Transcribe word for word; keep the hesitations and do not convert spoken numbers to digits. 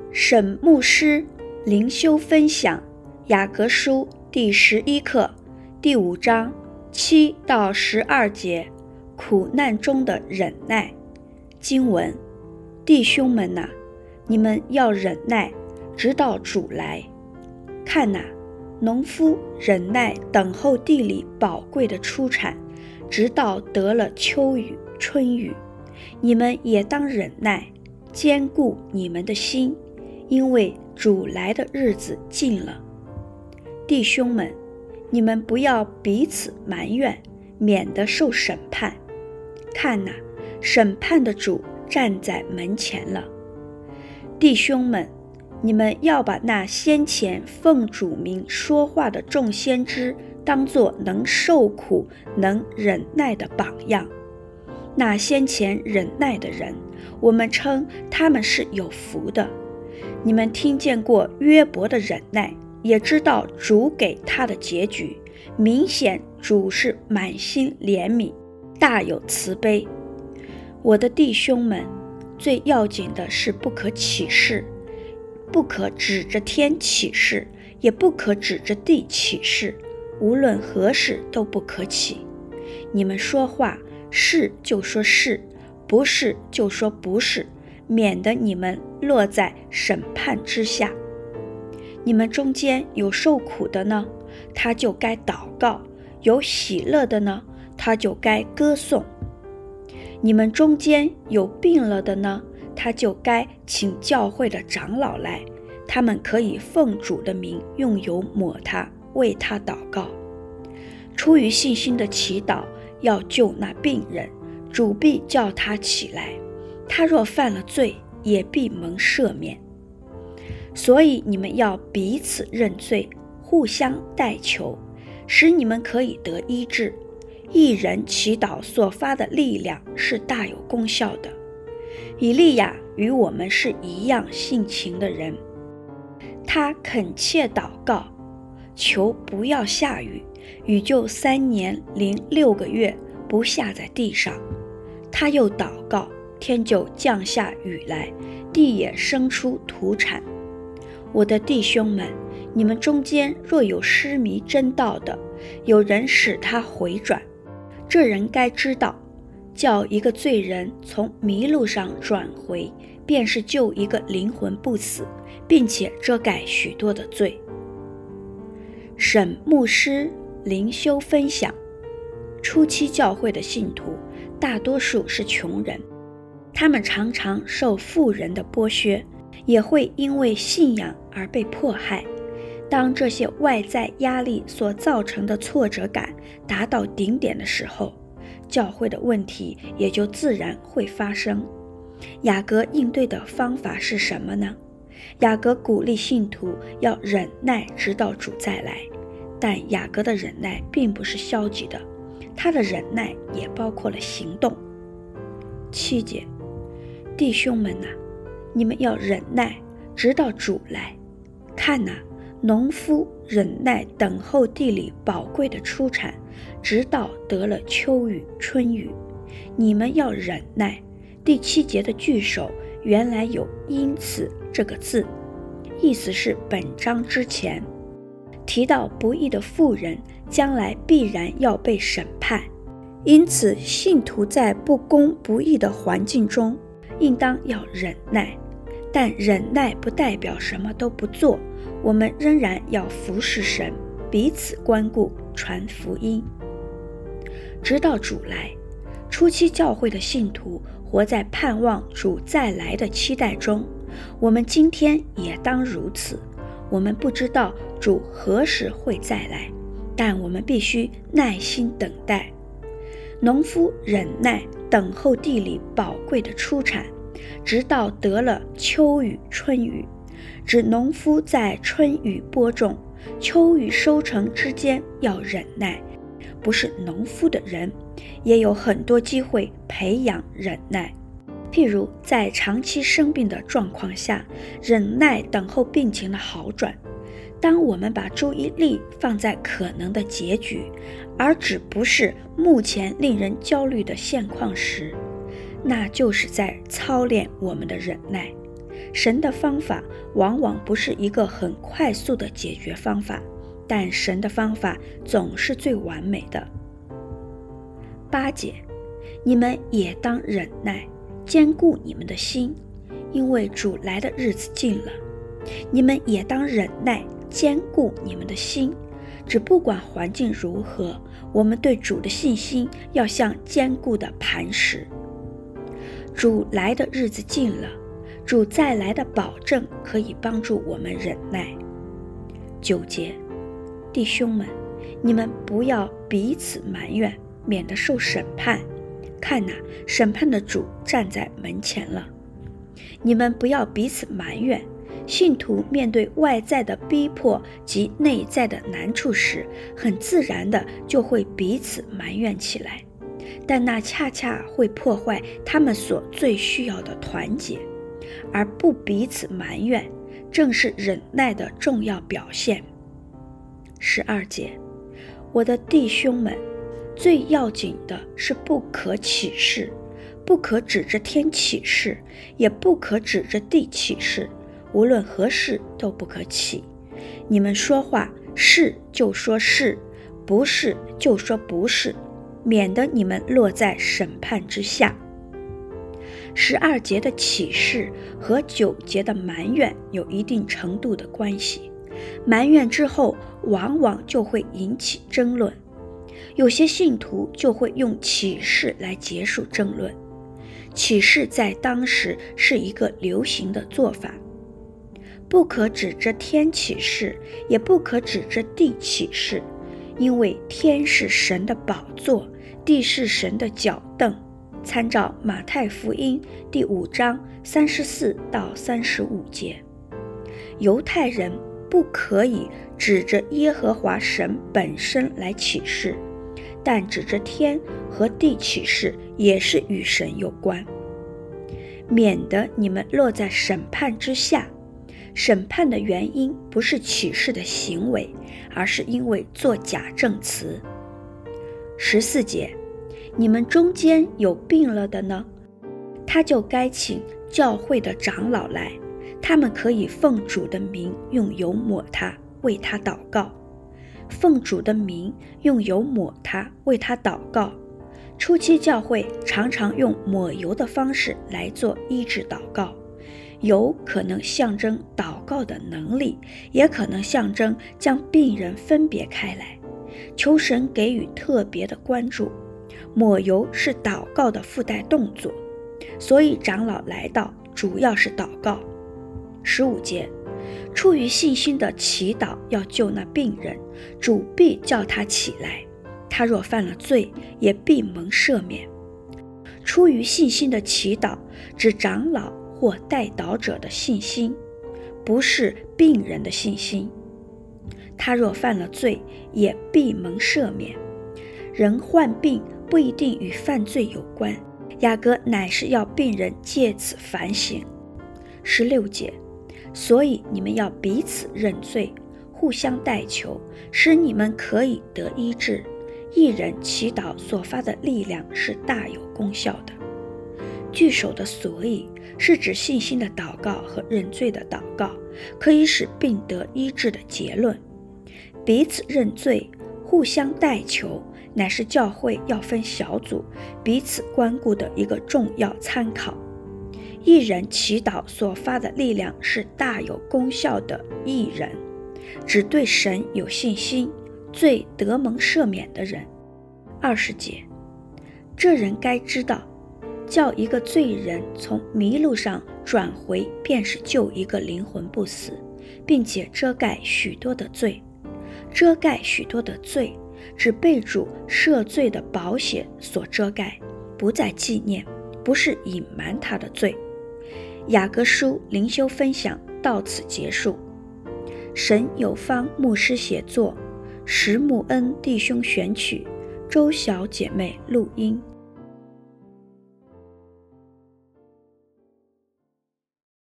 沈牧师灵修分享雅各书第十一课第五章七到十二节，苦难中的忍耐。经文：弟兄们哪、啊，你们要忍耐，直到主来。看哪、啊，农夫忍耐等候地里宝贵的出产，直到得了秋雨春雨。你们也当忍耐，坚固你们的心，因为主来的日子近了。弟兄们，你们不要彼此埋怨，免得受审判。看哪、啊，审判的主站在门前了。弟兄们，你们要把那先前奉主名说话的众先知当作能受苦能忍耐的榜样。那先前忍耐的人，我们称他们是有福的。你们听见过约伯的忍耐，也知道主给他的结局。明显主是满心怜悯，大有慈悲。我的弟兄们，最要紧的是不可起誓，不可指着天起誓，也不可指着地起誓，无论何事都不可起。你们说话，是就说是，不是就说不是，免得你们落在审判之下。你们中间有受苦的呢，他就该祷告；有喜乐的呢，他就该歌颂。你们中间有病了的呢，他就该请教会的长老来，他们可以奉主的名用油抹他，为他祷告。出于信心的祈祷要救那病人，主必叫他起来，他若犯了罪，也必蒙赦免。所以你们要彼此认罪，互相代求，使你们可以得医治。一人祈祷所发的力量是大有功效的。以利亚与我们是一样性情的人，他恳切祷告，求不要下雨，雨就三年零六个月不下在地上。他又祷告，天就降下雨来，地也生出土产。我的弟兄们，你们中间若有失迷真道的，有人使他回转，这人该知道，叫一个罪人从迷路上转回，便是救一个灵魂不死，并且遮盖许多的罪。沈牧师灵修分享：初期教会的信徒大多数是穷人，他们常常受富人的剥削，也会因为信仰而被迫害。当这些外在压力所造成的挫折感达到顶点的时候，教会的问题也就自然会发生。雅各应对的方法是什么呢？雅各鼓励信徒要忍耐直到主再来，但雅各的忍耐并不是消极的，他的忍耐也包括了行动。七节，弟兄们哪、啊，你们要忍耐直到主来。看哪、啊，农夫忍耐等候地里宝贵的出产，直到得了秋雨春雨。你们要忍耐。第七节的句首原来有因此这个字，意思是本章之前提到不义的妇人将来必然要被审判，因此信徒在不公不义的环境中应当要忍耐。但忍耐不代表什么都不做，我们仍然要服侍神，彼此关顾，传福音，直到主来。初期教会的信徒活在盼望主再来的期待中，我们今天也当如此。我们不知道主何时会再来，但我们必须耐心等待。农夫忍耐等候地里宝贵的出产，直到得了秋雨春雨，指农夫在春雨播种、秋雨收成之间要忍耐。不是农夫的人也有很多机会培养忍耐，譬如在长期生病的状况下，忍耐等候病情的好转。当我们把注意力放在可能的结局，而只不是目前令人焦虑的现况时，那就是在操练我们的忍耐。 神的方法往往不是一个很快速的解决方法，但神的方法总是最完美的。八节，你们也当忍耐，坚固你们的心，因为主来的日子近了。你们也当忍耐，坚固你们的心，只不管环境如何，我们对主的信心要像坚固的磐石。主来的日子近了，主再来的保证可以帮助我们忍耐。九节，弟兄们，你们不要彼此埋怨，免得受审判。看哪，审判的主站在门前了。你们不要彼此埋怨。信徒面对外在的逼迫及内在的难处时，很自然的就会彼此埋怨起来，但那恰恰会破坏他们所最需要的团结。而不彼此埋怨，正是忍耐的重要表现。十二节，我的弟兄们，最要紧的是不可起誓，不可指着天起誓，也不可指着地起誓，无论何事都不可起。你们说话是就说是，不是就说不是，免得你们落在审判之下。十二节的启示和九节的埋怨有一定程度的关系，埋怨之后往往就会引起争论，有些信徒就会用启示来结束争论。启示在当时是一个流行的做法，不可指着天起誓，也不可指着地起誓，因为天是神的宝座，地是神的脚凳。参照马太福音第五章三十四到三十五节。犹太人不可以指着耶和华神本身来起誓，但指着天和地起誓也是与神有关，免得你们落在审判之下。审判的原因不是起誓的行为，而是因为作假证词。十四节，你们中间有病了的呢，他就该请教会的长老来，他们可以奉主的名用油抹他，为他祷告。奉主的名用油抹他，为他祷告。初期教会常常用抹油的方式来做医治祷告，油可能象征祷告的能力，也可能象征将病人分别开来，求神给予特别的关注。抹油是祷告的附带动作，所以长老来到主要是祷告。十五节，出于信心的祈祷要救那病人，主必叫他起来，他若犯了罪，也必蒙赦免。出于信心的祈祷指长老或代祷者的信心，不是病人的信心。他若犯了罪，也必蒙赦免。人患病不一定与犯罪有关，雅各乃是要病人借此反省。十六节，所以你们要彼此认罪，互相代求，使你们可以得医治。一人祈祷所发的力量是大有功效的。句首的所以是指信心的祷告和认罪的祷告可以使病得医治的结论。彼此认罪，互相代求，乃是教会要分小组彼此关顾的一个重要参考。一人祈祷所发的力量是大有功效的，一人只对神有信心，罪得蒙赦免的人。二十节，这人该知道，叫一个罪人从迷路上转回，便是救一个灵魂不死，并且遮盖许多的罪。遮盖许多的罪，指被主赦罪的宝血所遮盖，不再纪念，不是隐瞒他的罪。雅各书灵修分享到此结束。神有方牧师写作，石木恩弟兄选曲，周小姐妹录音。